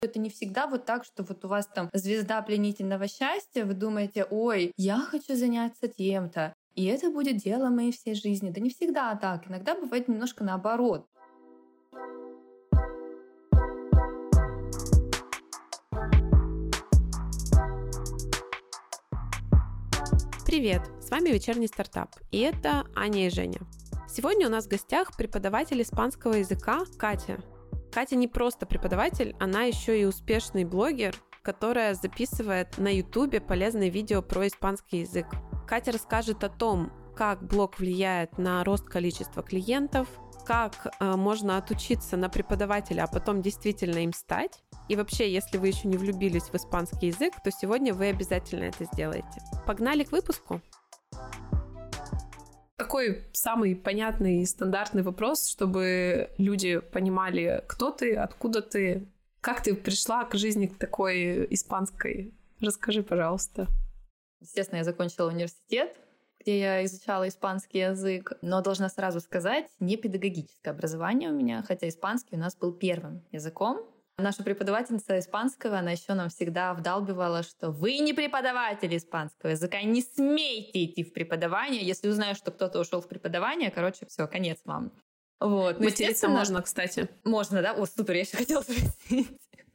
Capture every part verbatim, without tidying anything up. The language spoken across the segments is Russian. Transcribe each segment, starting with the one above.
Это не всегда вот так, что вот у вас там звезда пленительного счастья, вы думаете, ой, я хочу заняться тем-то, и это будет делом моей всей жизни. Да не всегда так. Иногда бывает немножко наоборот. Привет! С вами «Вечерний стартап», и это Аня и Женя. Сегодня у нас в гостях преподаватель испанского языка Катя. Катя не просто преподаватель, она еще и успешный блогер, которая записывает на Ютубе полезные видео про испанский язык. Катя расскажет о том, как блог влияет на рост количества клиентов, как э, можно отучиться на преподавателя, а потом действительно им стать. И вообще, если вы еще не влюбились в испанский язык, то сегодня вы обязательно это сделаете. Погнали к выпуску! Какой самый понятный и стандартный вопрос, чтобы люди понимали, кто ты, откуда ты, как ты пришла к жизни такой испанской? Расскажи, пожалуйста. Естественно, я закончила университет, где я изучала испанский язык, но должна сразу сказать, не педагогическое образование у меня, хотя испанский у нас был первым языком. Наша преподавательница испанского, она еще нам всегда вдалбивала, что вы не преподаватель испанского языка, не смейте идти в преподавание. Если узнаю, что кто-то ушел в преподавание, короче, все, конец вам. Вот. Ну, материться можно, кстати. Можно, да? О, супер, я еще хотела спросить.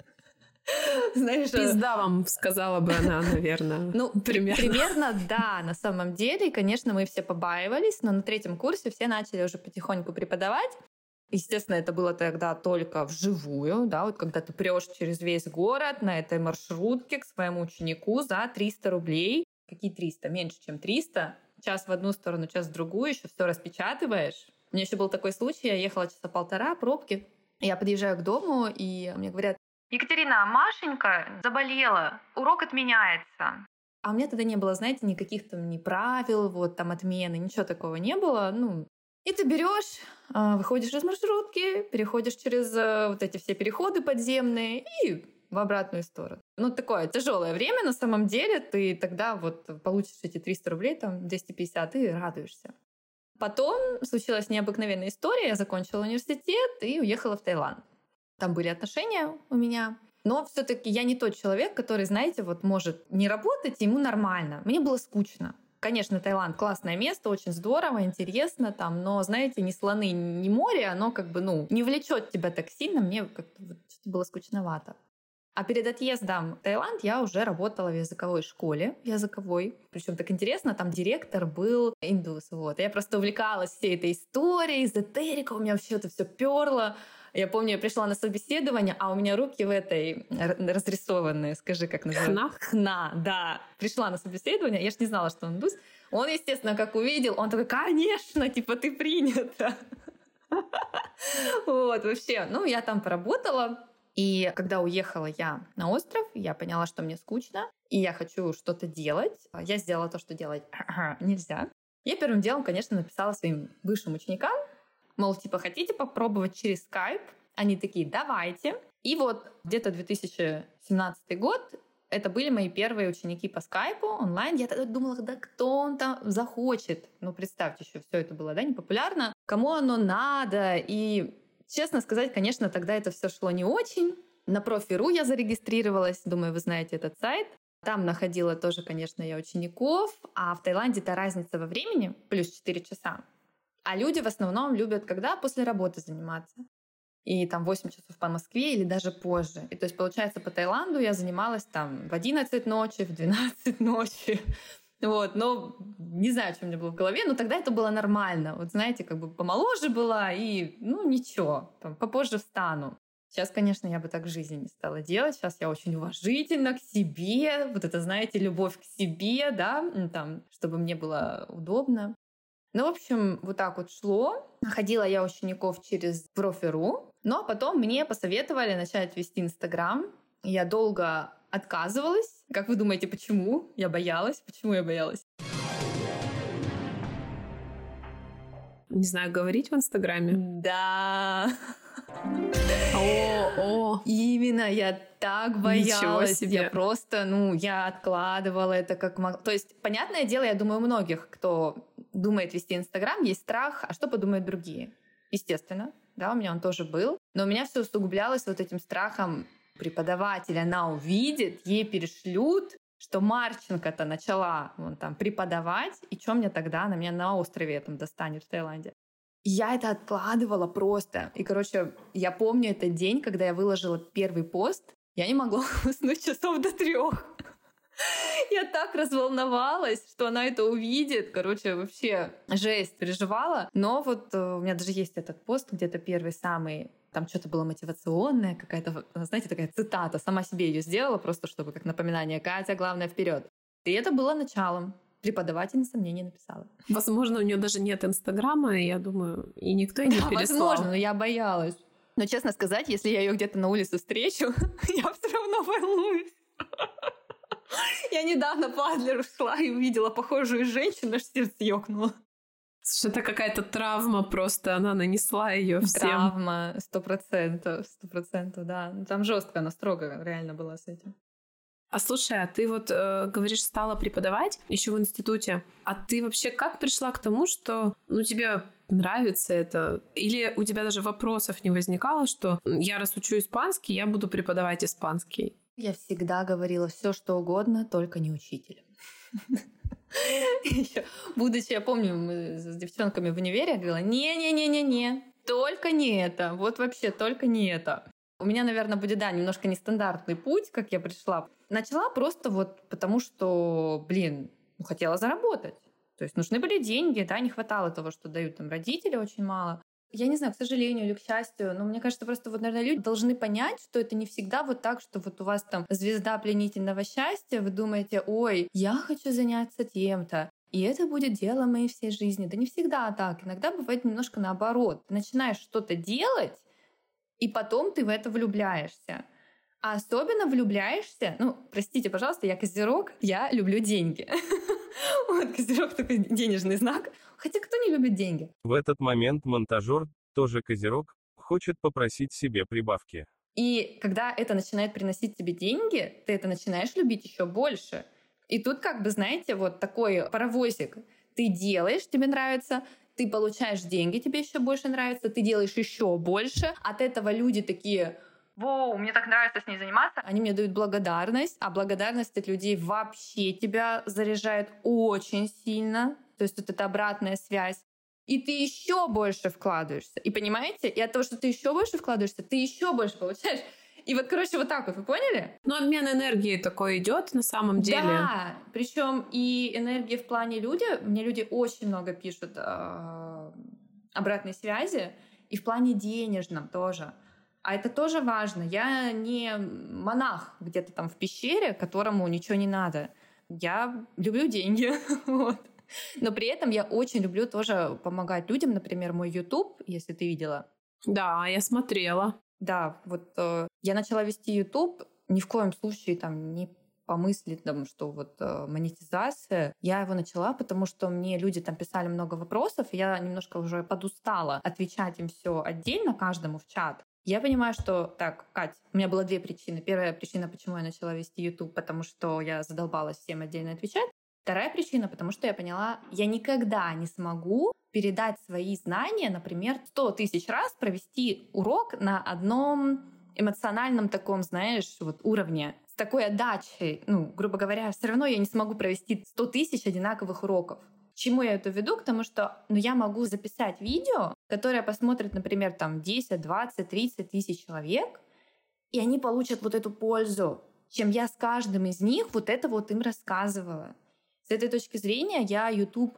Знаешь, пизда вам, сказала бы она, наверное. Ну, примерно. Примерно, да, на самом деле. И, конечно, мы все побаивались, но на третьем курсе все начали уже потихоньку преподавать. Естественно, это было тогда только вживую, да, вот когда ты прешь через весь город на этой маршрутке к своему ученику за триста рублей. Какие триста? Меньше, чем триста. Час в одну сторону, час в другую, еще все распечатываешь. У меня еще был такой случай, я ехала часа полтора, пробки. Я подъезжаю к дому, и мне говорят: Екатерина, Машенька заболела, урок отменяется. А у меня тогда не было, знаете, никаких там ни правил, вот там отмены, ничего такого не было, ну... И ты берешь, выходишь из маршрутки, переходишь через вот эти все переходы подземные и в обратную сторону. Ну, такое тяжелое время на самом деле. Ты тогда вот получишь эти триста рублей, там двести пятьдесят, и радуешься. Потом случилась необыкновенная история. Я закончила университет и уехала в Таиланд. Там были отношения у меня. Но все-таки я не тот человек, который, знаете, вот может не работать, ему нормально. Мне было скучно. Конечно, Таиланд — классное место, очень здорово, интересно там, но, знаете, ни слоны, ни море, оно как бы, ну, не влечет тебя так сильно, мне как-то вот что-то было скучновато. А перед отъездом в Таиланд я уже работала в языковой школе, языковой. Причем так интересно, там директор был индус, вот. Я просто увлекалась всей этой историей, эзотерика, у меня вообще это все перло. Я помню, я пришла на собеседование, а у меня руки в этой разрисованные, скажи, как называется? Хна? Хна, да. Пришла на собеседование, я ж не знала, что он индус. Он, естественно, как увидел, он такой: конечно, типа, ты принята. Вот, вообще. Ну, я там поработала. И когда уехала я на остров, я поняла, что мне скучно, и я хочу что-то делать. Я сделала то, что делать нельзя. Я первым делом, конечно, написала своим бывшим ученикам, мол, типа, хотите попробовать через Skype? Они такие: давайте. И вот где-то две тысячи семнадцатый год, это были мои первые ученики по скайпу онлайн. Я тогда думала, да кто он там захочет? Ну, представьте, еще все это было, да, непопулярно. Кому оно надо? И, честно сказать, конечно, тогда это все шло не очень. На профи точка ру я зарегистрировалась. Думаю, вы знаете этот сайт. Там находила тоже, конечно, я учеников. А в Таиланде-то разница во времени плюс четыре часа. А люди в основном любят когда? После работы заниматься. И там восемь часов по Москве или даже позже. И то есть, получается, по Таиланду я занималась там в одиннадцать ночи, в двенадцать ночи. Вот, но не знаю, что у меня было в голове, но тогда это было нормально. Вот знаете, как бы помоложе была и, ну, ничего, там, попозже встану. Сейчас, конечно, я бы так в жизни не стала делать. Сейчас я очень уважительна к себе. Вот это, знаете, любовь к себе, да, там, чтобы мне было удобно. Ну, в общем, вот так вот шло. Находила я учеников через профи точка ру, но потом мне посоветовали начать вести Инстаграм. Я долго отказывалась. Как вы думаете, почему? Я боялась. Почему я боялась? Не знаю, говорить в Инстаграме? Да. О, о. Именно, я так боялась. Ничего себе. Я просто, ну, я откладывала это как могла. То есть, понятное дело, я думаю, у многих, кто думает вести Инстаграм, есть страх, а что подумают другие? Естественно, да, у меня он тоже был. Но у меня все усугублялось вот этим страхом Преподаватель она увидит, ей перешлют, что Марченко-то начала вон там преподавать, и что мне тогда? Она меня на острове этом достанет в Таиланде. И я это откладывала просто. И, короче, я помню этот день, когда я выложила первый пост, я не могла уснуть часов до трех. Я так разволновалась, что она это увидит. Короче, вообще жесть, переживала. Но вот у меня даже есть этот пост, где-то первый самый. Там что-то было мотивационное, какая-то, знаете, такая цитата. Сама себе ее сделала, просто чтобы как напоминание. Катя, главное, вперед. И это было началом. Преподавательница мне не написала. Возможно, у нее даже нет Инстаграма, я думаю, и никто и не да, переслал. Возможно, но я боялась. Но, честно сказать, если я ее где-то на улице встречу, я все равно волнуюсь. Я недавно по Адлеру шла и увидела похожую женщину, аж сердце ёкнуло. Слушай, это какая-то травма просто, она нанесла ее всем. Травма, сто процентов, сто процентов, да. Там жестко, она строго реально была с этим. А слушай, а ты вот, э, говоришь, стала преподавать еще в институте. А ты вообще как пришла к тому, что ну, тебе нравится это? Или у тебя даже вопросов не возникало, что я раз учу испанский, я буду преподавать испанский? Я всегда говорила все, что угодно, только не учителем. Будучи, я помню, мы с девчонками в универе, я говорила, не-не-не-не-не, только не это, вот вообще только не это. У меня, наверное, будет, да, немножко нестандартный путь, как я пришла. Начала просто вот потому, что, блин, ну, хотела заработать. То есть нужны были деньги, да, не хватало того, что дают там родители очень мало. Я не знаю, к сожалению или к счастью, но мне кажется, просто вот, наверное, люди должны понять, что это не всегда вот так, что вот у вас там звезда пленительного счастья, вы думаете, ой, я хочу заняться тем-то, и это будет дело моей всей жизни. Да не всегда так. Иногда бывает немножко наоборот. Ты начинаешь что-то делать, и потом ты в это влюбляешься. А особенно влюбляешься, ну, простите, пожалуйста, я козерог, я люблю деньги. Вот козерог такой денежный знак. Хотя кто не любит деньги? В этот момент монтажер, тоже козерог, хочет попросить себе прибавки. И когда это начинает приносить тебе деньги, ты это начинаешь любить еще больше. И тут как бы, знаете, вот такой паровозик. Ты делаешь, тебе нравится, ты получаешь деньги, тебе еще больше нравится, ты делаешь еще больше. От этого люди такие... Воу, мне так нравится с ней заниматься. Они мне дают благодарность, а благодарность от людей вообще тебя заряжает очень сильно. То есть вот эта обратная связь. И ты еще больше вкладываешься. И понимаете? И от того, что ты еще больше вкладываешься, ты еще больше получаешь. И вот, короче, вот так вот, вы поняли? Ну, обмен энергией такой идет на самом деле. Да, причем и энергии в плане люди. Мне люди очень много пишут э, обратной связи. И в плане денежном тоже. А это тоже важно. Я не монах где-то там в пещере, которому ничего не надо. Я люблю деньги. Вот. Но при этом я очень люблю тоже помогать людям. Например, мой YouTube, если ты видела. Да, я смотрела. Да, вот э, я начала вести YouTube. Ни в коем случае там не помыслить, там, что вот э, монетизация. Я его начала, потому что мне люди там писали много вопросов, и я немножко уже подустала отвечать им все отдельно, каждому в чат. Я понимаю, что... Так, Кать, у меня было две причины. Первая причина, почему я начала вести YouTube, потому что я задолбалась всем отдельно отвечать. Вторая причина, потому что я поняла, я никогда не смогу передать свои знания, например, сто тысяч раз провести урок на одном эмоциональном таком, знаешь, вот уровне. С такой отдачей, ну, грубо говоря, все равно я не смогу провести сто тысяч одинаковых уроков. К чему я это веду? К тому, что ну, я могу записать видео, которое посмотрит, например, там десять, двадцать, тридцать тысяч человек, и они получат вот эту пользу, чем я с каждым из них вот это вот им рассказывала. С этой точки зрения я YouTube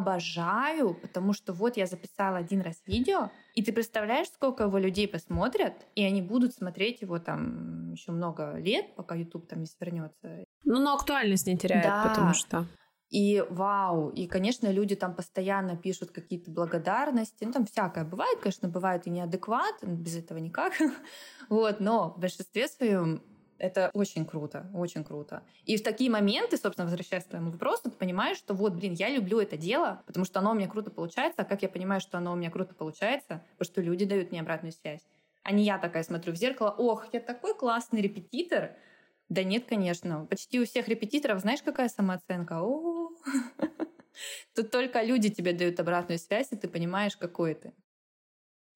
обожаю, потому что вот я записала один раз видео, и ты представляешь, сколько его людей посмотрят, и они будут смотреть его там еще много лет, пока YouTube там не свернется. Ну, но актуальность не теряет, да. Потому что... И вау, и, конечно, люди там постоянно пишут какие-то благодарности. Ну, там всякое бывает, конечно, бывает и неадекват, без этого никак. Вот, но в большинстве своем это очень круто, очень круто. И в такие моменты, собственно, возвращаясь к твоему вопросу, ты понимаешь, что вот, блин, я люблю это дело, потому что оно у меня круто получается. А как я понимаю, что оно у меня круто получается? Потому что люди дают мне обратную связь. А не я такая смотрю в зеркало, ох, я такой классный репетитор. Да нет, конечно. Почти у всех репетиторов, знаешь, какая самооценка? О-о-о. Тут только люди тебе дают обратную связь, и ты понимаешь, какой ты.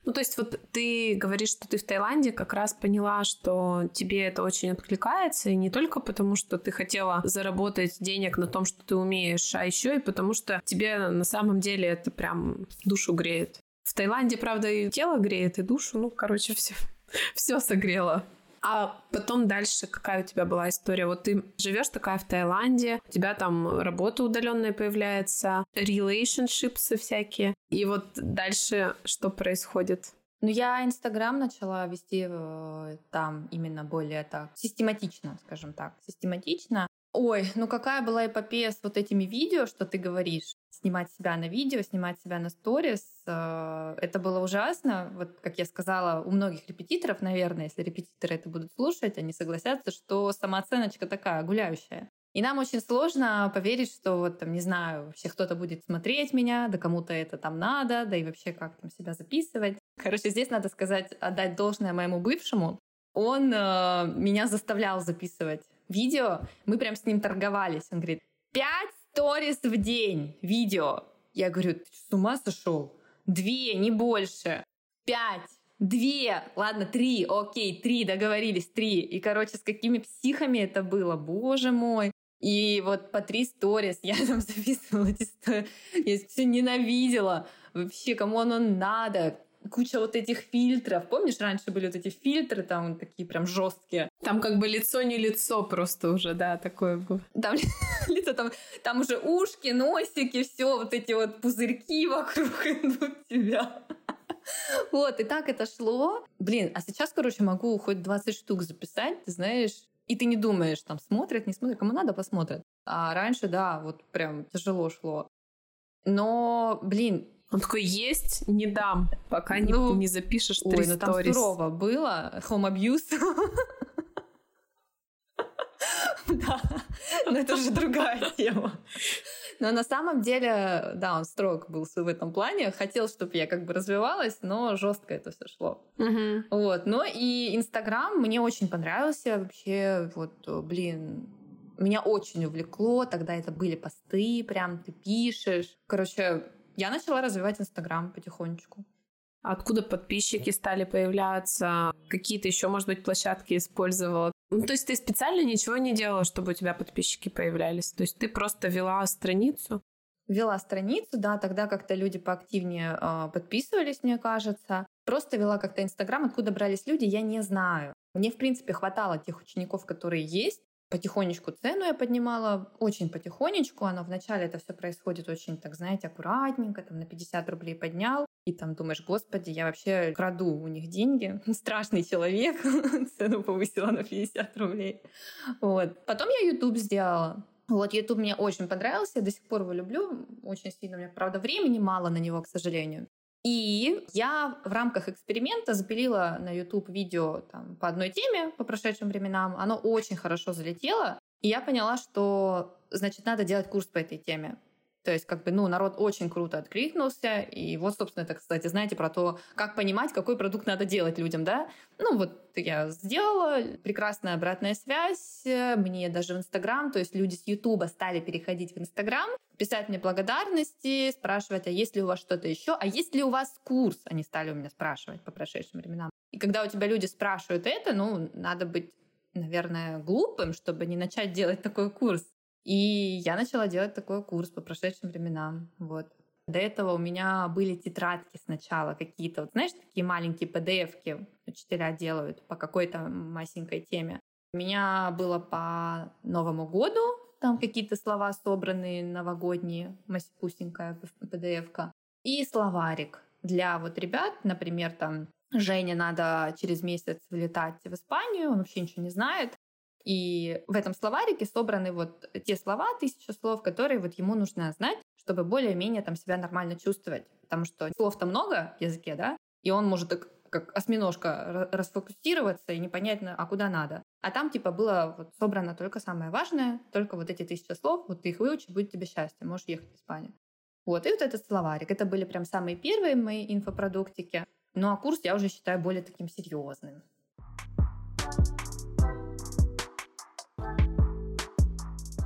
Ну, то есть вот ты говоришь, что ты в Таиланде как раз поняла, что тебе это очень откликается, и не только потому, что ты хотела заработать денег на том, что ты умеешь, а еще и потому, что тебе на самом деле это прям душу греет. В Таиланде, правда, и тело греет, и душу, ну, короче, все, все согрело. А потом дальше какая у тебя была история? Вот ты живешь такая в Таиланде, у тебя там работа удаленная появляется, relationships всякие. И вот дальше что происходит? Ну, я Инстаграм начала вести э, там именно более так систематично, скажем так, систематично. Ой, ну какая была эпопея с вот этими видео, что ты говоришь. Снимать себя на видео, снимать себя на сторис. Это было ужасно. Вот, как я сказала, у многих репетиторов, наверное, если репетиторы это будут слушать, они согласятся, что самооценочка такая гуляющая. И нам очень сложно поверить, что вот там, не знаю, вообще кто-то будет смотреть меня, да кому-то это там надо, да и вообще как там себя записывать. Короче, здесь надо сказать, отдать должное моему бывшему. Он э, меня заставлял записывать видео. Мы прям с ним торговались. Он говорит, пять сторис в день, видео. Я говорю, ты с ума сошел? Две, не больше. Пять, две, ладно, три, окей, три, договорились, три. И, короче, с какими психами это было, боже мой. И вот по три сторис я там записывала эти сторис. Я все ненавидела. Вообще, кому оно надо? Куча вот этих фильтров. Помнишь, раньше были вот эти фильтры, там такие прям жесткие. Там как бы лицо не лицо просто уже, да, такое было. Там лицо, там, там уже ушки, носики, все вот эти вот пузырьки вокруг идут тебя. Вот, и так это шло. Блин, а сейчас, короче, могу хоть двадцать штук записать, ты знаешь, и ты не думаешь, там, смотрят, не смотрят, кому надо, посмотрят. А раньше, да, вот прям тяжело шло. Но, блин, он такой, есть, не дам, пока не, ну, не запишешь три сторис. Ой, ну там сурово было. Home abuse. Да, но это уже другая тема. Но на самом деле, да, он строг был в этом плане. Хотел, чтобы я как бы развивалась, но жестко это все шло. Вот. Но и Инстаграм мне очень понравился. Вообще, вот, блин, меня очень увлекло. Тогда это были посты, прям ты пишешь. Короче, я начала развивать Инстаграм потихонечку. Откуда подписчики стали появляться? Какие-то еще, может быть, площадки использовала? Ну, то есть ты специально ничего не делала, чтобы у тебя подписчики появлялись? То есть ты просто вела страницу? Вела страницу, да, тогда как-то люди поактивнее э, подписывались, мне кажется. Просто вела как-то Инстаграм. Откуда брались люди, я не знаю. Мне, в принципе, хватало тех учеников, которые есть. Потихонечку цену я поднимала, очень потихонечку. Оно вначале это все происходит очень, так знаете, аккуратненько, там на пятьдесят рублей поднял. И там думаешь, господи, я вообще краду у них деньги. Страшный человек. Цену повысила на пятьдесят рублей. Вот. Потом я YouTube сделала. Вот, YouTube мне очень понравился, я до сих пор его люблю очень сильно. У меня, правда, времени мало на него, к сожалению. И я в рамках эксперимента запилила на YouTube видео там, по одной теме по прошедшим временам. Оно очень хорошо залетело. И я поняла, что, значит, надо делать курс по этой теме. То есть, как бы, ну, народ очень круто откликнулся. И вот, собственно, это, кстати, знаете, про то, как понимать, какой продукт надо делать людям, да? Ну, вот я сделала, прекрасная обратная связь. Мне даже в Инстаграм, то есть люди с Ютуба стали переходить в Инстаграм, писать мне благодарности, спрашивать, а есть ли у вас что-то еще, а есть ли у вас курс? Они стали у меня спрашивать по прошедшим временам. И когда у тебя люди спрашивают это, ну, надо быть, наверное, глупым, чтобы не начать делать такой курс. И я начала делать такой курс по прошедшим временам. Вот. До этого у меня были тетрадки сначала какие-то, вот знаешь, такие маленькие пи ди эф-ки учителя делают по какой-то масенькой теме. У меня было по Новому году, там какие-то слова собранные новогодние, масипусенькая пи ди эф-ка. И словарик для вот ребят, например, там Жене надо через месяц вылетать в Испанию, он вообще ничего не знает. И в этом словарике собраны вот те слова, тысяча слов, которые вот ему нужно знать, чтобы более-менее там себя нормально чувствовать. Потому что слов-то много в языке, да, и он может так, как осьминожка расфокусироваться и непонятно, а куда надо. А там типа было вот собрано только самое важное, только вот эти тысяча слов, вот ты их выучи, будет тебе счастье, можешь ехать в Испанию. Вот, и вот этот словарик. Это были прям самые первые мои инфопродуктики. Ну а курс я уже считаю более таким серьезным.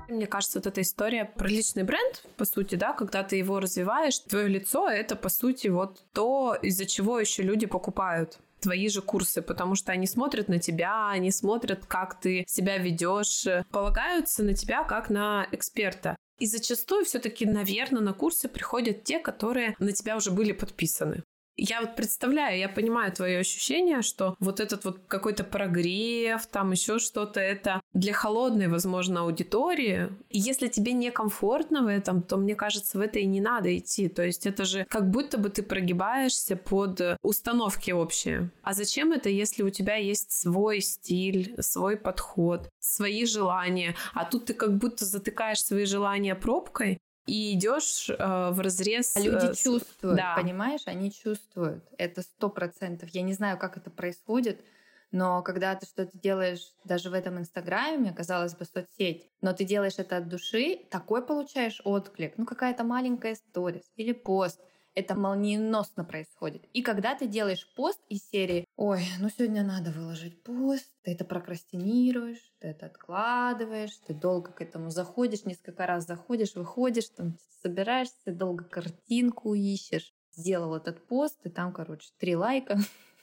Мне кажется, вот эта история про личный бренд, по сути, да, когда ты его развиваешь, твое лицо — это, по сути, вот то, из-за чего еще люди покупают твои же курсы, потому что они смотрят на тебя, они смотрят, как ты себя ведешь, полагаются на тебя как на эксперта. И зачастую все-таки, наверное, на курсы приходят те, которые на тебя уже были подписаны. Я вот представляю, я понимаю твое ощущение, что вот этот вот какой-то прогрев, там еще что-то, это для холодной, возможно, аудитории. И если тебе некомфортно в этом, то, мне кажется, в это и не надо идти. То есть это же как будто бы ты прогибаешься под установки общие. А зачем это, если у тебя есть свой стиль, свой подход, свои желания, а тут ты как будто затыкаешь свои желания пробкой, и идешь э, вразрез. А люди э, чувствуют, да. Понимаешь? Они чувствуют. Это сто процентов. Я не знаю, как это происходит, но когда ты что-то делаешь даже в этом Инстаграме, казалось бы, соцсеть, но ты делаешь это от души, такой получаешь отклик. Ну, какая-то маленькая сторис или пост. Это молниеносно происходит. И когда ты делаешь пост из серии «Ой, ну сегодня надо выложить пост», ты это прокрастинируешь, ты это откладываешь, ты долго к этому заходишь, несколько раз заходишь, выходишь, там собираешься, долго картинку ищешь. Сделал этот пост, и там, короче, три лайка,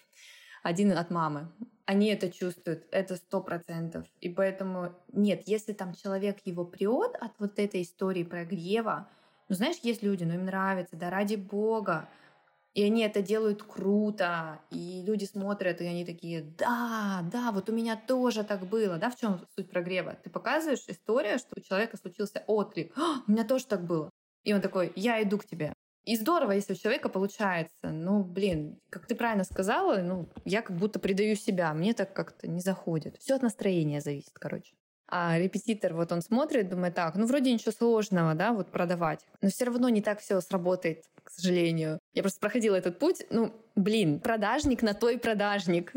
один от мамы. Они это чувствуют, это сто процентов. И поэтому нет, если там человек его прет от вот этой истории прогрева, ну, знаешь, есть люди, но им нравится, да ради бога. И они это делают круто. И люди смотрят, и они такие, да, да, вот у меня тоже так было. Да, в чем суть прогрева? Ты показываешь историю, что у человека случился отклик. У меня тоже так было. И он такой, я иду к тебе. И здорово, если у человека получается. Ну, блин, как ты правильно сказала, ну, я как будто предаю себя. Мне так как-то не заходит. Все от настроения зависит, короче. А репетитор, вот он смотрит, думает, так, ну вроде ничего сложного, да, вот продавать. Но все равно не так все сработает, к сожалению. Я просто проходила этот путь. Ну, блин, продажник на то и продажник.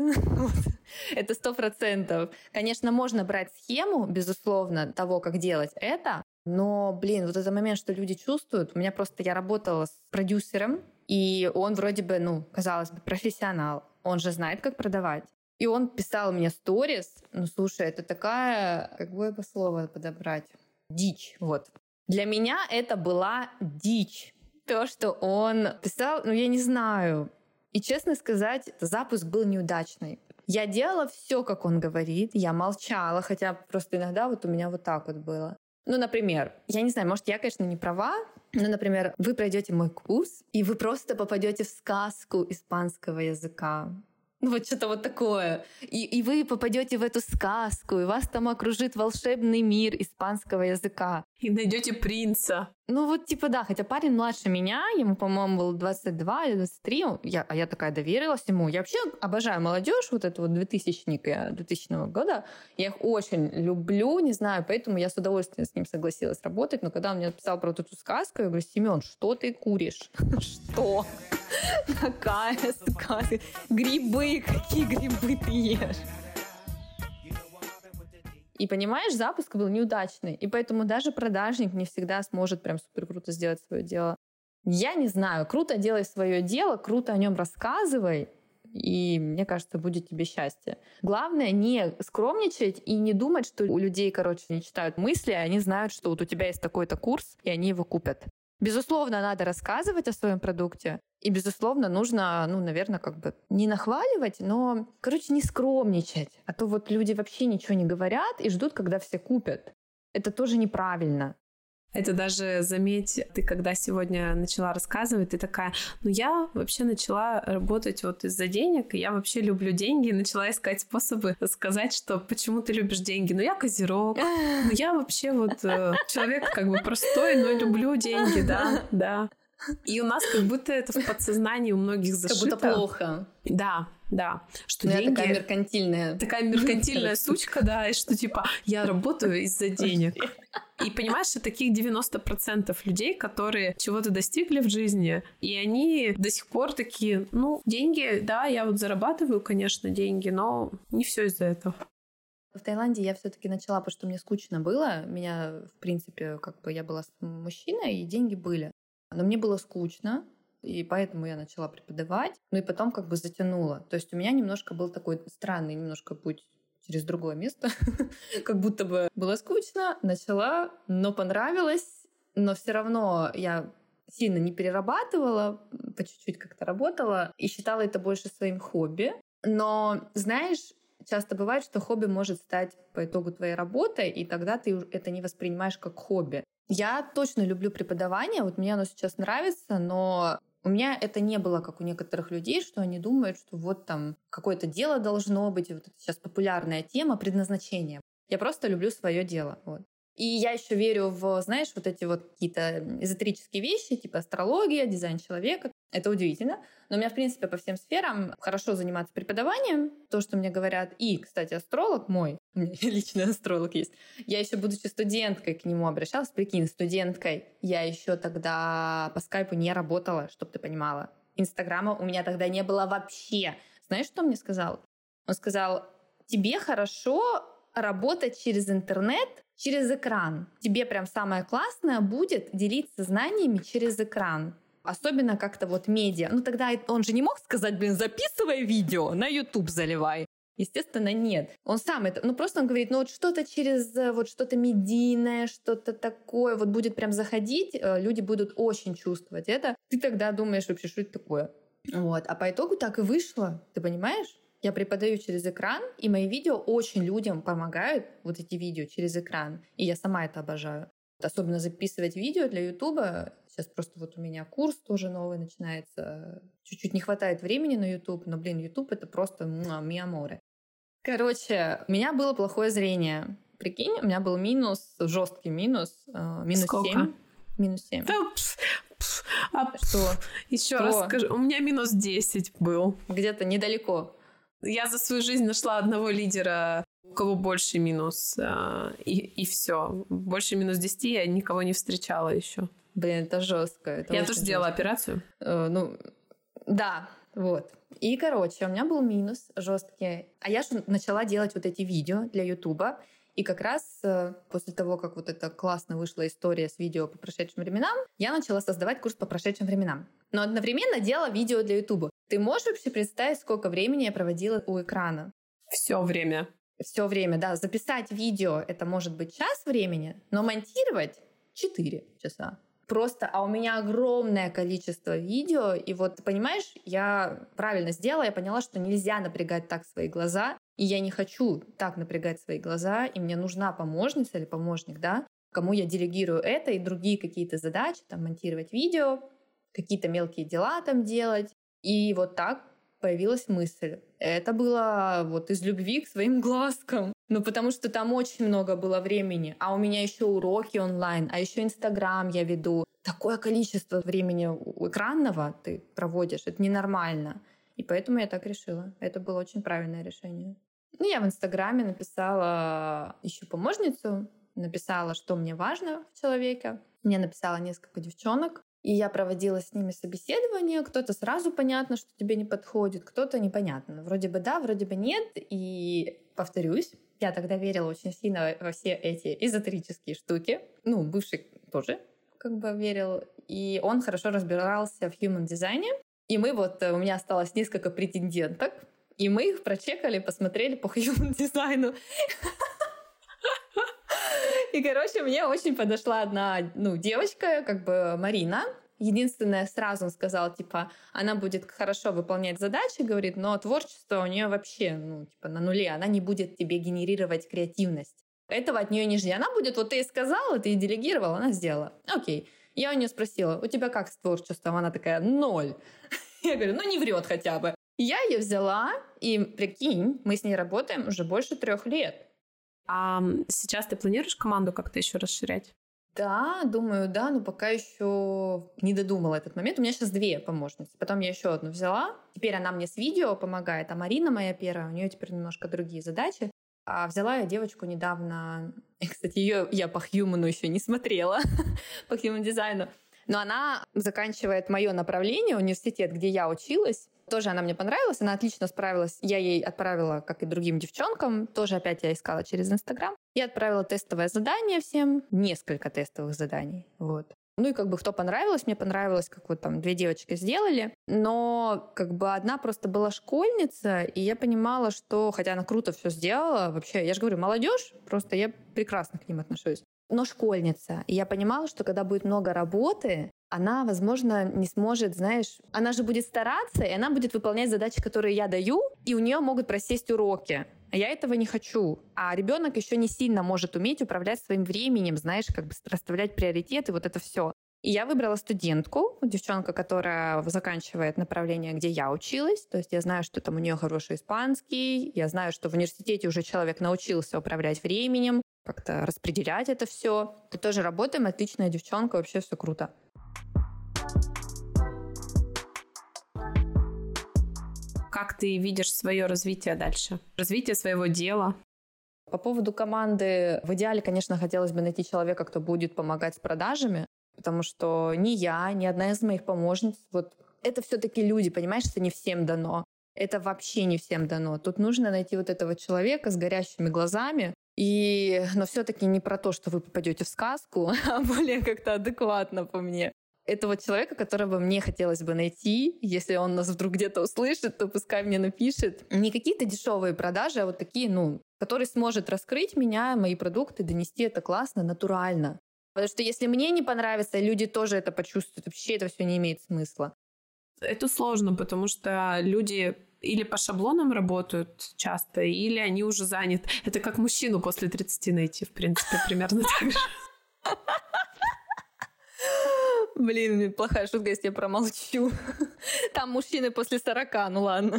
Это сто процентов. Конечно, можно брать схему, безусловно, того, как делать это, но, блин, вот этот момент, что люди чувствуют. У меня просто, я работала с продюсером, и он вроде бы, ну, казалось бы, профессионал. Он же знает, как продавать. И он писал мне сторис. Ну, слушай, это такая, как бы это слово подобрать? Дичь, вот. Для меня это была дичь. То, что он писал, ну, я не знаю. И, честно сказать, запуск был неудачный. Я делала все, как он говорит. Я молчала, хотя просто иногда вот у меня вот так вот было. Ну, например, я не знаю, может, я, конечно, не права, но, например, вы пройдете мой курс, и вы просто попадете в сказку испанского языка. Ну, вот что-то вот такое. И, и вы попадете в эту сказку, и вас там окружит волшебный мир испанского языка. И найдете принца. Ну, вот типа да, хотя парень младше меня, ему, по-моему, было двадцать два или двадцать три, я, а я такая доверилась ему. Я вообще обожаю молодежь, вот эту вот двухтысячника, двухтысячного года. Я их очень люблю, не знаю, поэтому я с удовольствием с ним согласилась работать. Но когда он мне написал про вот эту сказку, я говорю, Семён, что ты куришь? Что? Какая сказка? Грибы, какие грибы ты ешь? И понимаешь, запуск был неудачный. И поэтому даже продажник не всегда сможет прям супер круто сделать свое дело. Я не знаю, круто делай свое дело, круто о нем рассказывай, и мне кажется, будет тебе счастье. Главное не скромничать и не думать, что у людей, короче, не читают мысли, а они знают, что вот у тебя есть такой-то курс, и они его купят. Безусловно, надо рассказывать о своем продукте. И, безусловно, нужно, ну, наверное, как бы не нахваливать, но, короче, не скромничать. А то вот люди вообще ничего не говорят и ждут, когда все купят. Это тоже неправильно. Это даже, заметь, ты когда сегодня начала рассказывать, ты такая, ну я вообще начала работать вот из-за денег, и я вообще люблю деньги, и начала искать способы сказать, что почему ты любишь деньги. Ну я козерог, ну я вообще вот э, человек как бы простой, но люблю деньги, да, да. И у нас как будто это в подсознании у многих зашито. Как будто плохо. Да, да. Что ну, деньги... такая меркантильная. Такая меркантильная сучка, да, и что типа я работаю из-за денег. И понимаешь, что таких девяносто процентов людей, которые чего-то достигли в жизни, и они до сих пор такие, ну, деньги, да, я вот зарабатываю, конечно, деньги, но не все из-за этого. В Таиланде я все-таки начала, потому что мне скучно было. Меня, в принципе, как бы я была мужчиной, и деньги были. Но мне было скучно, и поэтому я начала преподавать. Ну и потом как бы затянула. То есть у меня немножко был такой странный немножко путь через другое место. Как будто бы было скучно, начала, но понравилось, но все равно я сильно не перерабатывала, по чуть-чуть как-то работала и считала это больше своим хобби. Но, знаешь, часто бывает, что хобби может стать по итогу твоей работы, и тогда ты это не воспринимаешь как хобби. Я точно люблю преподавание, вот мне оно сейчас нравится, но у меня это не было, как у некоторых людей, что они думают, что вот там какое-то дело должно быть, вот это сейчас популярная тема предназначения. Я просто люблю свое дело. Вот. И я еще верю в, знаешь, вот эти вот какие-то эзотерические вещи, типа астрология, дизайн человека. Это удивительно. Но у меня, в принципе, по всем сферам хорошо заниматься преподаванием, то, что мне говорят. И, кстати, астролог мой, у меня личный астролог есть. Я еще, будучи студенткой, к нему обращалась. Прикинь, студенткой. Я еще тогда по скайпу не работала, чтобы ты понимала. Инстаграма у меня тогда не было вообще. Знаешь, что он мне сказал? Он сказал, тебе хорошо работать через интернет, через экран. Тебе прям самое классное будет делиться знаниями через экран. Особенно как-то вот медиа. Ну тогда он же не мог сказать, блин, записывай видео, на YouTube заливай. Естественно, нет. Он сам это... Ну просто он говорит, ну вот что-то через... Вот что-то медийное, что-то такое вот будет прям заходить, люди будут очень чувствовать это. Ты тогда думаешь вообще, что это такое? Вот. А по итогу так и вышло. Ты понимаешь? Я преподаю через экран, и мои видео очень людям помогают, вот эти видео через экран. И я сама это обожаю. Особенно записывать видео для Ютуба. Сейчас просто вот у меня курс тоже новый начинается. Чуть-чуть не хватает времени на Ютуб, но, блин, Ютуб — это просто ми аморе. Короче, у меня было плохое зрение. Прикинь, у меня был минус, жесткий минус. Э, минус Сколько? семь. Минус семь. Да, пф, пф, а, Что? Еще Что? раз скажу, у меня минус десять был. Где-то недалеко. Я за свою жизнь нашла одного лидера, у кого больше минус, и, и все. Больше минус десяти я никого не встречала еще. Блин, это жестко. Это я очень тоже делала жестко. операцию. Э, ну, да, вот. И, короче, у меня был минус жесткий. А я же начала делать вот эти видео для Ютуба. И как раз э, после того, как вот эта классно вышла история с видео по прошедшим временам, я начала создавать курс по прошедшим временам. Но одновременно делала видео для Ютуба. Ты можешь вообще представить, сколько времени я проводила у экрана? Все время. Все время, да. Записать видео — это может быть час времени, но монтировать — четыре часа. Просто, а у меня огромное количество видео, и вот, понимаешь, я правильно сделала, я поняла, что нельзя напрягать так свои глаза, и я не хочу так напрягать свои глаза, и мне нужна помощница или помощник, да, кому я делегирую это и другие какие-то задачи, там, монтировать видео, какие-то мелкие дела там делать. И вот так появилась мысль. Это было вот из любви к своим глазкам. Ну, потому что там очень много было времени. А у меня еще уроки онлайн, а еще Инстаграм я веду. Такое количество времени у экранного ты проводишь. Это ненормально. И поэтому я так решила. Это было очень правильное решение. Ну, я в Инстаграме написала, ищу помощницу, написала, что мне важно в человеке. Мне написала несколько девчонок. И я проводила с ними собеседование. Кто-то сразу понятно, что тебе не подходит, кто-то непонятно. Вроде бы да, вроде бы нет. И повторюсь, я тогда верила очень сильно во все эти эзотерические штуки. Ну, бывший тоже как бы верил. И он хорошо разбирался в human дизайне. И мы вот, у меня осталось несколько претенденток. И мы их прочекали, посмотрели по human дизайну. И, короче, мне очень подошла одна, ну, девочка, как бы Марина. Единственное, сразу он сказал, типа, она будет хорошо выполнять задачи, говорит, но творчество у нее вообще, ну, типа, на нуле. Она не будет тебе генерировать креативность. Этого от нее не жди. Она будет, вот ты ей сказала, ты ей делегировала, она сделала. Окей. Я у нее спросила, у тебя как с творчеством? Она такая, ноль. Я говорю, ну, не врет хотя бы. Я ее взяла, и, прикинь, мы с ней работаем уже больше трех лет. А сейчас ты планируешь команду как-то еще расширять? Да, думаю, да, но пока еще не додумала этот момент. У меня сейчас две помощницы. Потом я еще одну взяла. Теперь она мне с видео помогает, а Марина моя первая, у нее теперь немножко другие задачи. А взяла я девочку недавно. И, кстати, ее я по хьюману еще не смотрела, по хьюман дизайну. Но она заканчивает мое направление, университет, где я училась. Тоже она мне понравилась, она отлично справилась. Я ей отправила, как и другим девчонкам, тоже опять я искала через Инстаграм. Я отправила тестовое задание всем, несколько тестовых заданий. Вот. Ну и как бы кто понравилось, мне понравилось, как вот там две девочки сделали. Но как бы одна просто была школьница, и я понимала, что, хотя она круто все сделала, вообще, я же говорю, молодежь, просто я прекрасно к ним отношусь. Но школьница. И я понимала, что когда будет много работы, она, возможно, не сможет, знаешь, она же будет стараться, и она будет выполнять задачи, которые я даю, и у нее могут просесть уроки. А я этого не хочу. А ребенок еще не сильно может уметь управлять своим временем, знаешь, как бы расставлять приоритеты, вот это все. И я выбрала студентку, девчонка, которая заканчивает направление, где я училась. То есть я знаю, что там у нее хороший испанский, я знаю, что в университете уже человек научился управлять временем, как-то распределять это все. И тоже работаем, отличная девчонка, вообще все круто. Как ты видишь свое развитие дальше? Развитие своего дела? По поводу команды, в идеале, конечно, хотелось бы найти человека, кто будет помогать с продажами, потому что ни я, ни одна из моих помощниц, вот это все-таки люди, понимаешь, это не всем дано. Это вообще не всем дано. Тут нужно найти вот этого человека с горящими глазами, и, но все-таки не про то, что вы попадете в сказку, а более как-то адекватно по мне. Этого человека, которого мне хотелось бы найти, если он нас вдруг где-то услышит, то пускай мне напишет. Не какие-то дешевые продажи, а вот такие, ну, который сможет раскрыть меня, мои продукты, донести это классно, натурально. Потому что если мне не понравится, люди тоже это почувствуют. Вообще это все не имеет смысла. Это сложно, потому что люди или по шаблонам работают часто, или они уже заняты. Это как мужчину после тридцати найти, в принципе, примерно так же. Блин, плохая шутка, если я промолчу. Там мужчины после сорока, ну ладно.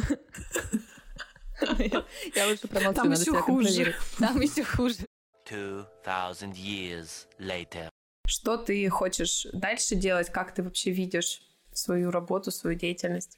Я лучше промолчу, там надо еще себя хуже. контролировать. Там еще хуже. Two thousand years later. Что ты хочешь дальше делать? Как ты вообще видишь свою работу, свою деятельность?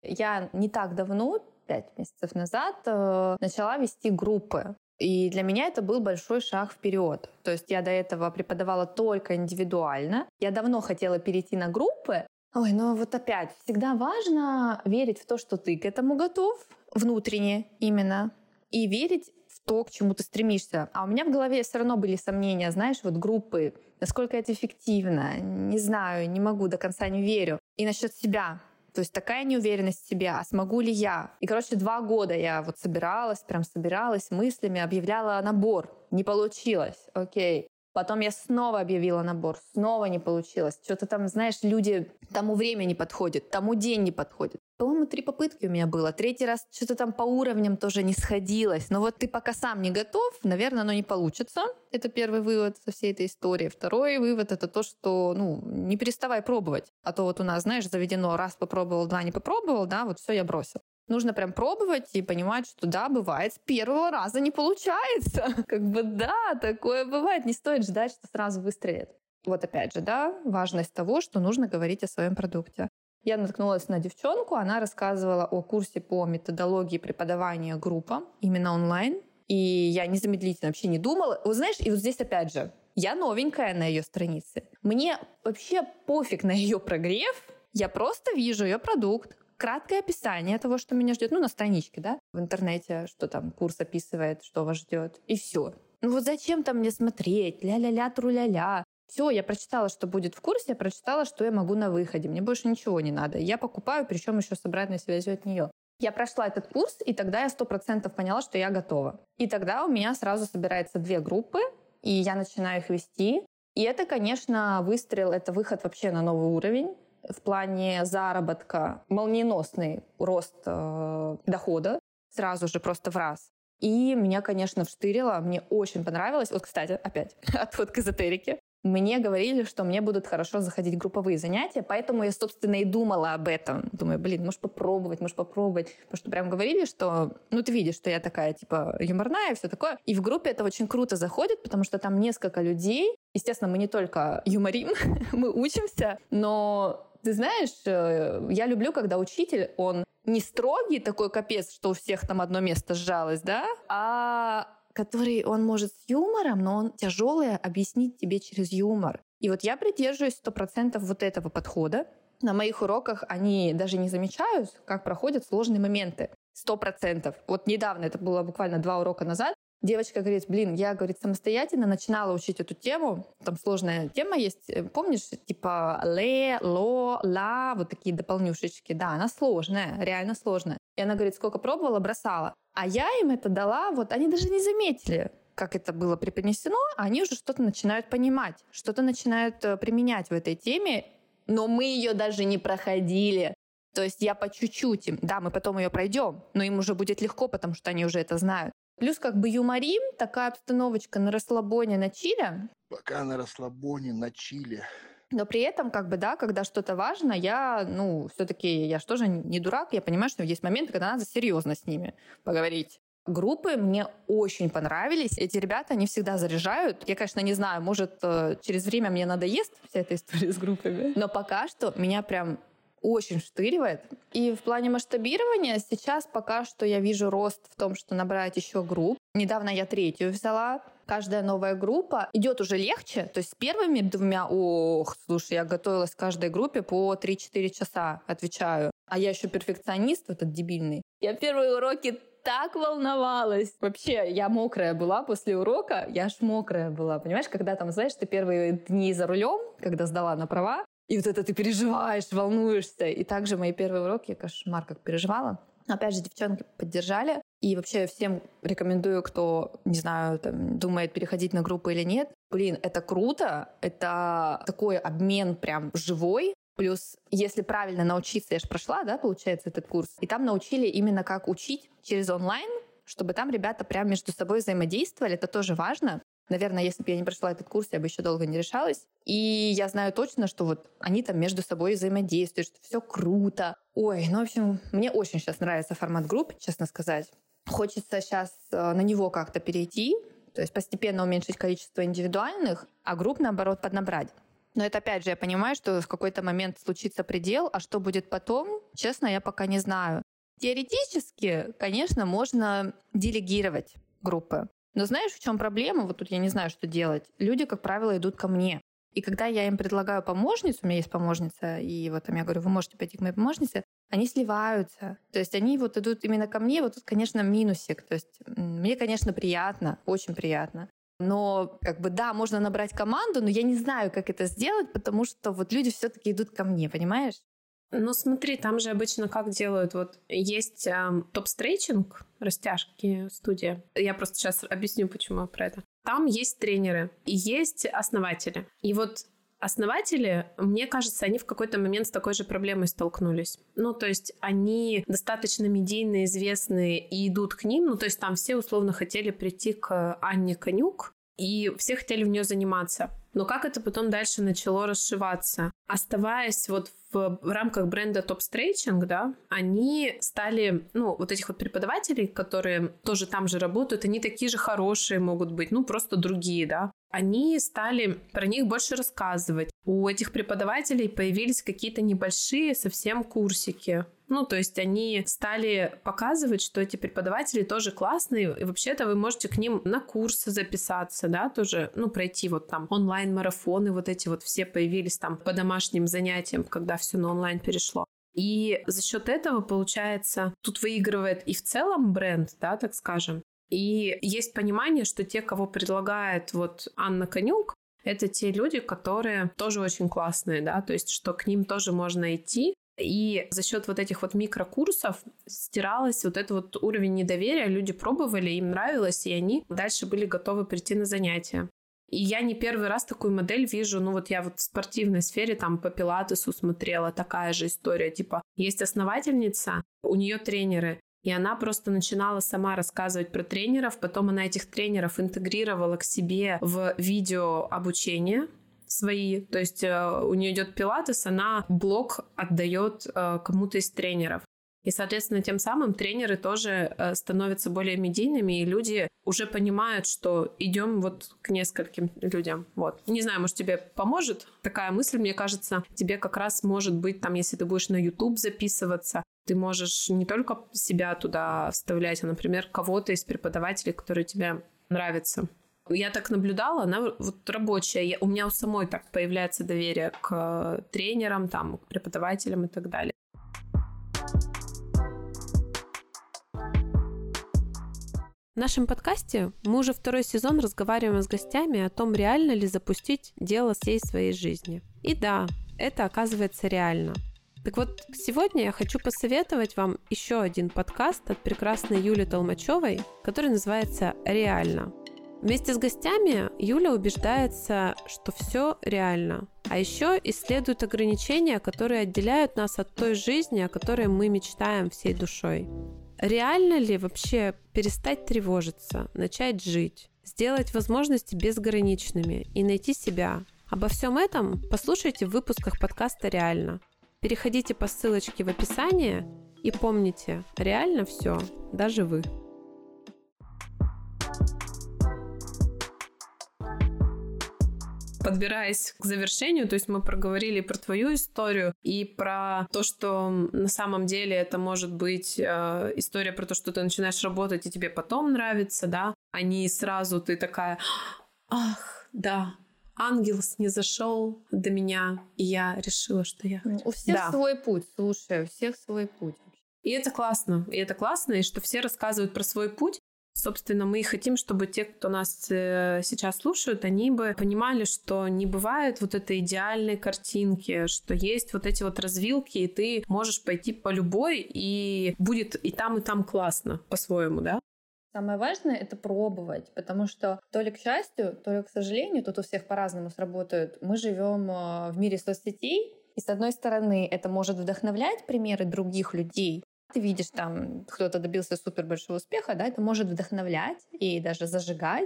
Я не так давно, пять месяцев назад, начала вести группы. И для меня это был большой шаг вперед. То есть я до этого преподавала только индивидуально. Я давно хотела перейти на группы. Ой, но вот опять, всегда важно верить в то, что ты к этому готов, внутренне именно, и верить в то, к чему ты стремишься. А у меня в голове все равно были сомнения, знаешь, вот группы, насколько это эффективно, не знаю, не могу, до конца не верю. И насчет себя. То есть такая неуверенность в себе, а смогу ли я? И, короче, два года я вот собиралась, прям собиралась мыслями, объявляла набор. Не получилось, окей. Потом я снова объявила набор, снова не получилось. Что-то там, знаешь, люди тому время не подходит, тому день не подходит. По-моему, три попытки у меня было. Третий раз что-то там по уровням тоже не сходилось. Но вот ты пока сам не готов, наверное, оно не получится. Это первый вывод со всей этой истории. Второй вывод — это то, что, ну, не переставай пробовать. А то вот у нас, знаешь, заведено раз попробовал, два не попробовал, да, вот все, я бросил. Нужно прям пробовать и понимать, что да, бывает, с первого раза не получается. Как бы да, такое бывает. Не стоит ждать, что сразу выстрелит. Вот опять же, да, важность того, что нужно говорить о своем продукте. Я наткнулась на девчонку, она рассказывала о курсе по методологии преподавания группам, именно онлайн. И я незамедлительно вообще не думала. Вот знаешь, и вот здесь опять же, я новенькая на ее странице. Мне вообще пофиг на ее прогрев. Я просто вижу ее продукт. Краткое описание того, что меня ждет, ну, на страничке, да, в интернете, что там курс описывает, что вас ждет, и все. Ну вот зачем там мне смотреть, ля-ля-ля, тру-ля-ля. Все, я прочитала, что будет в курсе, я прочитала, что я могу на выходе. Мне больше ничего не надо. Я покупаю, причем еще с обратной связью от нее. Я прошла этот курс, и тогда я сто процентов поняла, что я готова. И тогда у меня сразу собирается две группы, и я начинаю их вести. И это, конечно, выстрел, это выход вообще на новый уровень. В плане заработка молниеносный рост э, дохода, сразу же просто в раз. И меня, конечно, вштырило, мне очень понравилось. Вот, кстати, опять отход к эзотерике. Мне говорили, что мне будут хорошо заходить групповые занятия, поэтому я, собственно, и думала об этом. Думаю, блин, может попробовать, может попробовать. Потому что прям говорили, что, ну, ты видишь, что я такая, типа, юморная и все такое. И в группе это очень круто заходит, потому что там несколько людей. Естественно, мы не только юморим, мы учимся, но... Ты знаешь, я люблю, когда учитель, он не строгий такой капец, что у всех там одно место сжалось, да, а который он может с юмором, но он тяжелое объяснить тебе через юмор. И вот я придерживаюсь сто процентов вот этого подхода. На моих уроках они даже не замечают, как проходят сложные моменты. Сто процентов. Вот недавно, это было буквально два урока назад, Девочка говорит, блин, я, говорит, самостоятельно начинала учить эту тему. Там сложная тема есть. Помнишь, типа ле, ло, ла, вот такие дополнюшечки. Да, она сложная, реально сложная. И она говорит, сколько пробовала, бросала. А я им это дала, вот они даже не заметили, как это было преподнесено, а они уже что-то начинают понимать, что-то начинают применять в этой теме, но мы ее даже не проходили. То есть я по чуть-чуть им, да, мы потом ее пройдем, но им уже будет легко, потому что они уже это знают. Плюс как бы юморим, такая обстановочка на расслабоне, на чиле. Пока на расслабоне, на чиле. Но при этом, как бы, да, когда что-то важно, я, ну, все-таки, я же тоже не дурак, я понимаю, что есть моменты, когда надо серьезно с ними поговорить. Группы мне очень понравились. Эти ребята, они всегда заряжают. Я, конечно, не знаю, может, через время мне надоест вся эта история с группами, но пока что меня прям очень вштыривает. И в плане масштабирования сейчас пока что я вижу рост в том, что набрать еще групп. Недавно я третью взяла. Каждая новая группа идет уже легче. То есть с первыми двумя, ох, слушай, я готовилась к каждой группе по три-четыре часа, отвечаю. А я еще перфекционист этот дебильный. Я первые уроки так волновалась. Вообще, я мокрая была после урока. Я аж мокрая была. Понимаешь, когда там, знаешь, ты первые дни за рулем, когда сдала на права, и вот это ты переживаешь, волнуешься. И также мои первые уроки, я кошмар как переживала. Опять же, девчонки поддержали. И вообще всем рекомендую, кто, не знаю, там, думает переходить на группу или нет. Блин, это круто. Это такой обмен прям живой. Плюс, если правильно научиться, я же прошла, да, получается, этот курс. И там научили именно как учить через онлайн, чтобы там ребята прям между собой взаимодействовали. Это тоже важно. Наверное, если бы я не прошла этот курс, я бы еще долго не решалась. И я знаю точно, что вот они там между собой взаимодействуют, что все круто. Ой, ну, в общем, мне очень сейчас нравится формат групп, честно сказать. Хочется сейчас на него как-то перейти, то есть постепенно уменьшить количество индивидуальных, а групп, наоборот, поднабрать. Но это, опять же, я понимаю, что в какой-то момент случится предел, а что будет потом, честно, я пока не знаю. Теоретически, конечно, можно делегировать группы. Но знаешь, в чем проблема? Вот тут я не знаю, что делать. Люди, как правило, идут ко мне. И когда я им предлагаю помощницу, у меня есть помощница, и вот там я говорю, вы можете пойти к моей помощнице, они сливаются. То есть они вот идут именно ко мне. Вот тут, конечно, минусик. То есть мне, конечно, приятно, очень приятно. Но как бы да, можно набрать команду, но я не знаю, как это сделать, потому что вот люди все-таки идут ко мне, понимаешь? Ну смотри, там же обычно как делают, вот есть э, топ-стрейчинг, растяжки, студия. Я просто сейчас объясню, почему про это. Там есть тренеры и есть основатели. И вот основатели, мне кажется, они в какой-то момент с такой же проблемой столкнулись. Ну, то есть они достаточно медийно известные и идут к ним. Ну, то есть там все условно хотели прийти к Анне Конюк, и все хотели в нее заниматься. Но как это потом дальше начало расшиваться? Оставаясь вот в, в рамках бренда Top Stretching, да, они стали, ну, вот этих вот преподавателей, которые тоже там же работают, они такие же хорошие могут быть, ну, просто другие, да. Они стали про них больше рассказывать. У этих преподавателей появились какие-то небольшие совсем курсики. Ну, то есть они стали показывать, что эти преподаватели тоже классные, и вообще-то вы можете к ним на курсы записаться, да, тоже, ну, пройти вот там онлайн-марафоны, вот эти вот все появились там по домашним занятиям, когда все на онлайн перешло. И за счет этого, получается, тут выигрывает и в целом бренд, да, так скажем, и есть понимание, что те, кого предлагает вот Анна Конюк, это те люди, которые тоже очень классные, да, то есть что к ним тоже можно идти. И за счет вот этих вот микрокурсов стиралось вот этот вот уровень недоверия. Люди пробовали, им нравилось, и они дальше были готовы прийти на занятия. И я не первый раз такую модель вижу. Ну вот я вот в спортивной сфере там по пилатесу смотрела, такая же история. Типа есть основательница, у нее тренеры, и она просто начинала сама рассказывать про тренеров. Потом она этих тренеров интегрировала к себе в видео обучение свои, то есть э, у нее идет пилатес, она блок отдает э, кому-то из тренеров. И, соответственно, тем самым тренеры тоже э, становятся более медийными, и люди уже понимают, что идем вот к нескольким людям. Вот. Не знаю, может, тебе поможет такая мысль, мне кажется, тебе как раз может быть, там, если ты будешь на YouTube записываться, ты можешь не только себя туда вставлять, а, например, кого-то из преподавателей, которые тебе нравятся. Я так наблюдала, она вот рабочая. Я, у меня у самой так появляется доверие к тренерам, там, к преподавателям и так далее. В нашем подкасте мы уже второй сезон разговариваем с гостями о том, реально ли запустить дело всей своей жизни. И да, это оказывается реально. Так вот, сегодня я хочу посоветовать вам еще один подкаст от прекрасной Юли Толмачевой, который называется «Реально». Вместе с гостями Юля убеждается, что все реально. А еще исследует ограничения, которые отделяют нас от той жизни, о которой мы мечтаем всей душой. Реально ли вообще перестать тревожиться, начать жить, сделать возможности безграничными и найти себя? Обо всем этом послушайте в выпусках подкаста «Реально». Переходите по ссылочке в описании и помните, реально все, даже вы. Подбираясь к завершению, то есть мы проговорили про твою историю и про то, что на самом деле это может быть э, история про то, что ты начинаешь работать и тебе потом нравится, да, а не сразу ты такая, ах, да, ангел снизошел до меня, и я решила, что я хочу. У всех да. свой путь, слушай, у всех свой путь. И это классно, и это классно, и что все рассказывают про свой путь. Собственно, мы и хотим, чтобы те, кто нас сейчас слушают, они бы понимали, что не бывает вот этой идеальной картинки, что есть вот эти вот развилки, и ты можешь пойти по любой, и будет и там, и там классно по-своему, да? Самое важное — это пробовать, потому что то ли к счастью, то ли к сожалению, тут у всех по-разному сработают. Мы живем в мире соцсетей, и с одной стороны это может вдохновлять примеры других людей. Ты видишь, там кто-то добился супер большого успеха, да, это может вдохновлять и даже зажигать,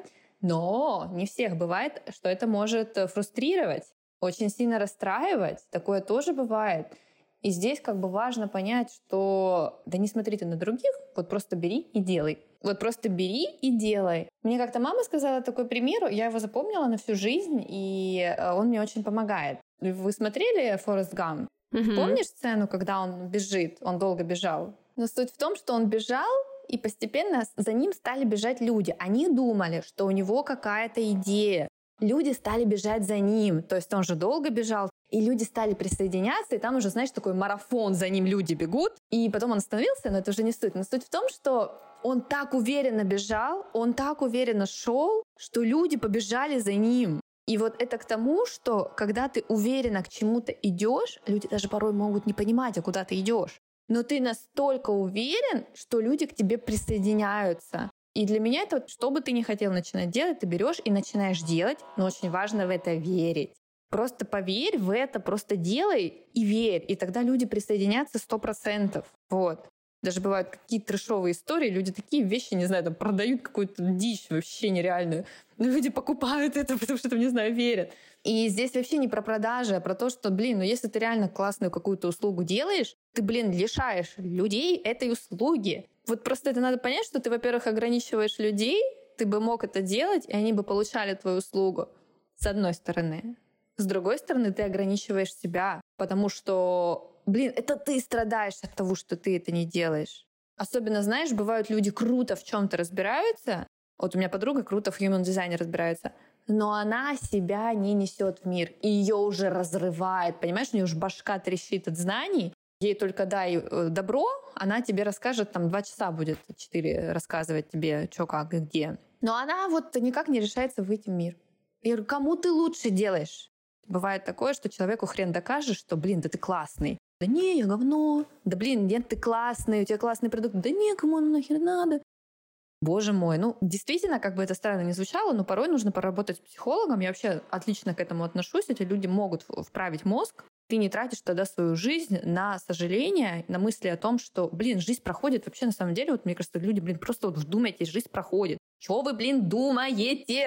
но не всех бывает, что это может фрустрировать, очень сильно расстраивать, такое тоже бывает. И здесь как бы важно понять, что да не смотри ты на других, вот просто бери и делай. Вот просто бери и делай. Мне как-то мама сказала такой пример, я его запомнила на всю жизнь, и он мне очень помогает. Вы смотрели «Форест Гамп»? Mm-hmm. Помнишь сцену, когда он бежит? Он долго бежал. Но суть в том, что он бежал, и постепенно за ним стали бежать люди. Они думали, что у него какая-то идея. Люди стали бежать за ним. То есть он же долго бежал, и люди стали присоединяться, и там уже, знаешь, такой марафон, за ним люди бегут. И потом он остановился, но это уже не суть. Но суть в том, что он так уверенно бежал, он так уверенно шел, что люди побежали за ним. И вот это к тому, что когда ты уверенно к чему-то идешь, люди даже порой могут не понимать, а куда ты идешь. Но ты настолько уверен, что люди к тебе присоединяются. И для меня это вот, что бы ты ни хотел начинать делать, ты берешь и начинаешь делать, но очень важно в это верить. Просто поверь в это, просто делай и верь, и тогда люди присоединятся сто процентов. Вот. Даже бывают какие-то трэшовые истории, люди такие вещи, не знаю, там продают какую-то дичь вообще нереальную. Но люди покупают это, потому что, не знаю, верят. И здесь вообще не про продажи, а про то, что, блин, ну если ты реально классную какую-то услугу делаешь, ты, блин, лишаешь людей этой услуги. Вот просто это надо понять, что ты, во-первых, ограничиваешь людей, ты бы мог это делать, и они бы получали твою услугу, с одной стороны. С другой стороны, ты ограничиваешь себя, потому что блин, это ты страдаешь от того, что ты это не делаешь. Особенно, знаешь, бывают люди круто в чем-то разбираются. Вот у меня подруга круто в human дизайне разбирается, но она себя не несет в мир, и ее уже разрывает, понимаешь, у нее уже башка трещит от знаний. Ей только дай добро, она тебе расскажет, там два часа будет, четыре рассказывать тебе, что, как и где. Но она вот никак не решается выйти в мир. Я говорю, кому ты лучше делаешь? Бывает такое, что человеку хрен докажешь, что, блин, да ты классный. Да не, я говно. Да блин, нет, ты классный, у тебя классный продукт. Да не, кому он нахер надо? Боже мой, ну действительно, как бы это странно ни звучало, но порой нужно поработать с психологом. Я вообще отлично к этому отношусь. Эти люди могут вправить мозг. Ты не тратишь тогда свою жизнь на сожаление, на мысли о том, что, блин, жизнь проходит. Вообще, на самом деле, вот мне кажется, люди, блин, просто вот вдумайтесь, жизнь проходит. Чего вы, блин, думаете?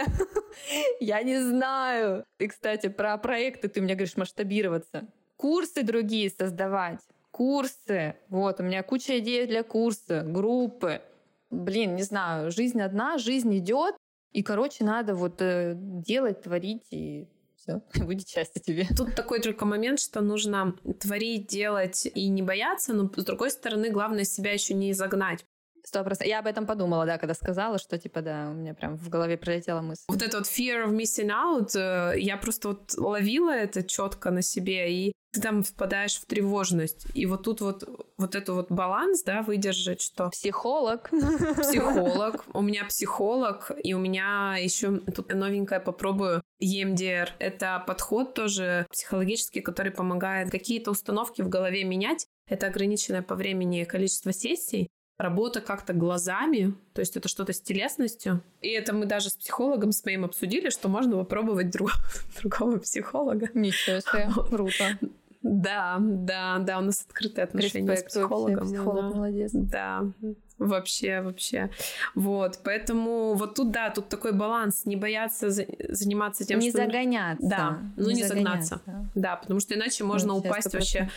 Я не знаю. И, кстати, про проекты ты мне говоришь масштабироваться. Курсы другие создавать. Курсы. Вот, у меня куча идей для курса, группы. Блин, не знаю, жизнь одна, жизнь идет. И, короче, надо вот э, делать, творить и все, будет счастье тебе. Тут такой только момент, что нужно творить, делать и не бояться, но с другой стороны, главное себя еще не изогнать. Сто процентов. Я об этом подумала, да, когда сказала, что, типа, да, у меня прям в голове пролетела мысль. Вот это вот fear of missing out, я просто вот ловила это четко на себе, и ты там впадаешь в тревожность. И вот тут вот, вот это вот баланс, да, выдержать, что... Психолог. Психолог. У меня психолог, и у меня еще тут новенькое попробую и эм ди ар. Это подход тоже психологический, который помогает какие-то установки в голове менять. Это ограниченное по времени количество сессий. Работа как-то глазами, то есть это что-то с телесностью. И это мы даже с психологом с моим обсудили, что можно попробовать друг, другого психолога. Ничего себе, круто. Да, да, да, у нас открытые отношения Респект, с психологом. Психолог да. молодец. Да, вообще, вообще. Вот, поэтому вот тут, да, тут такой баланс, не бояться за, заниматься тем, не что... Не загоняться. Да, ну не, не загнаться. Да, потому что иначе можно ну, упасть вообще...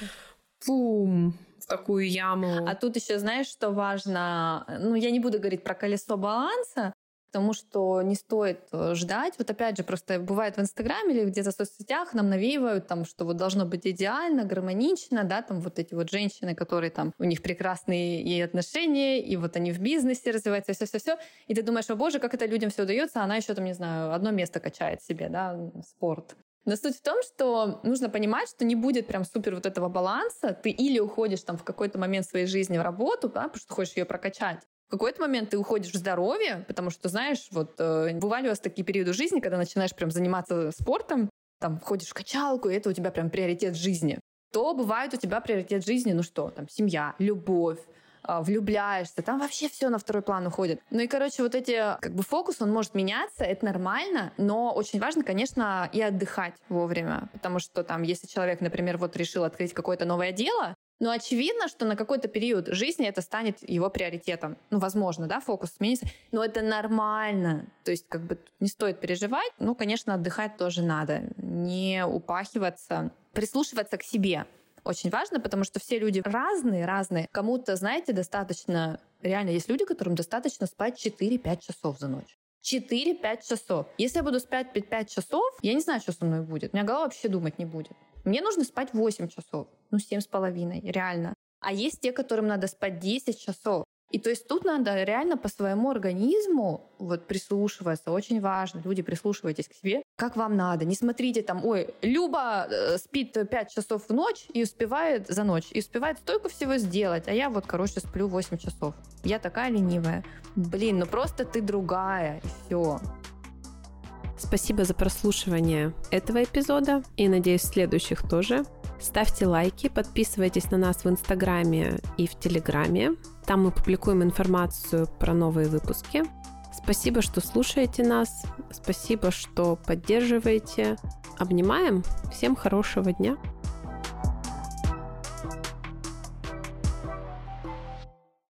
Пум, в такую яму. А тут еще знаешь, что важно? Ну, я не буду говорить про колесо баланса, потому что не стоит ждать. Вот опять же, просто бывает в Инстаграме или где-то в соцсетях нам навеивают, там, что вот должно быть идеально, гармонично, да, там вот эти вот женщины, которые там, у них прекрасные и отношения, и вот они в бизнесе развиваются, все-все-все. И ты думаешь, о боже, как это людям все удается, а она еще там, не знаю, одно место качает себе, да, спорт. Но суть в том, что нужно понимать, что не будет прям супер вот этого баланса. Ты или уходишь там в какой-то момент своей жизни в работу, да, потому что хочешь ее прокачать. В какой-то момент ты уходишь в здоровье, потому что, знаешь, вот э, бывали у вас такие периоды жизни, когда начинаешь прям заниматься спортом, там входишь в качалку, и это у тебя прям приоритет жизни. То бывает у тебя приоритет жизни, ну что, там семья, любовь, влюбляешься, там вообще все на второй план уходит. Ну и, короче, вот эти, как бы фокус, он может меняться, это нормально, но очень важно, конечно, и отдыхать вовремя, потому что там, если человек, например, вот решил открыть какое-то новое дело, ну, очевидно, что на какой-то период жизни это станет его приоритетом. Ну, возможно, да, фокус сменится, но это нормально. То есть, как бы не стоит переживать, ну, конечно, отдыхать тоже надо, не упахиваться, прислушиваться к себе. Очень важно, потому что все люди разные, разные. Кому-то, знаете, достаточно... Реально, есть люди, которым достаточно спать четыре-пять часов за ночь. четыре-пять часов. Если я буду спать пять часов, я не знаю, что со мной будет. У меня голова вообще думать не будет. Мне нужно спать восемь часов. Ну, семь с половиной, реально. А есть те, которым надо спать десять часов. И то есть тут надо реально по своему организму вот прислушиваться. Очень важно. Люди, прислушивайтесь к себе. Как вам надо. Не смотрите там, ой, Люба э, спит пять часов в ночь и успевает за ночь. И успевает столько всего сделать. А я вот, короче, сплю восемь часов. Я такая ленивая. Блин, ну просто ты другая. И все. Спасибо за прослушивание этого эпизода. И, надеюсь, следующих тоже. Ставьте лайки, подписывайтесь на нас в Инстаграме и в Телеграме. Там мы публикуем информацию про новые выпуски. Спасибо, что слушаете нас. Спасибо, что поддерживаете. Обнимаем. Всем хорошего дня.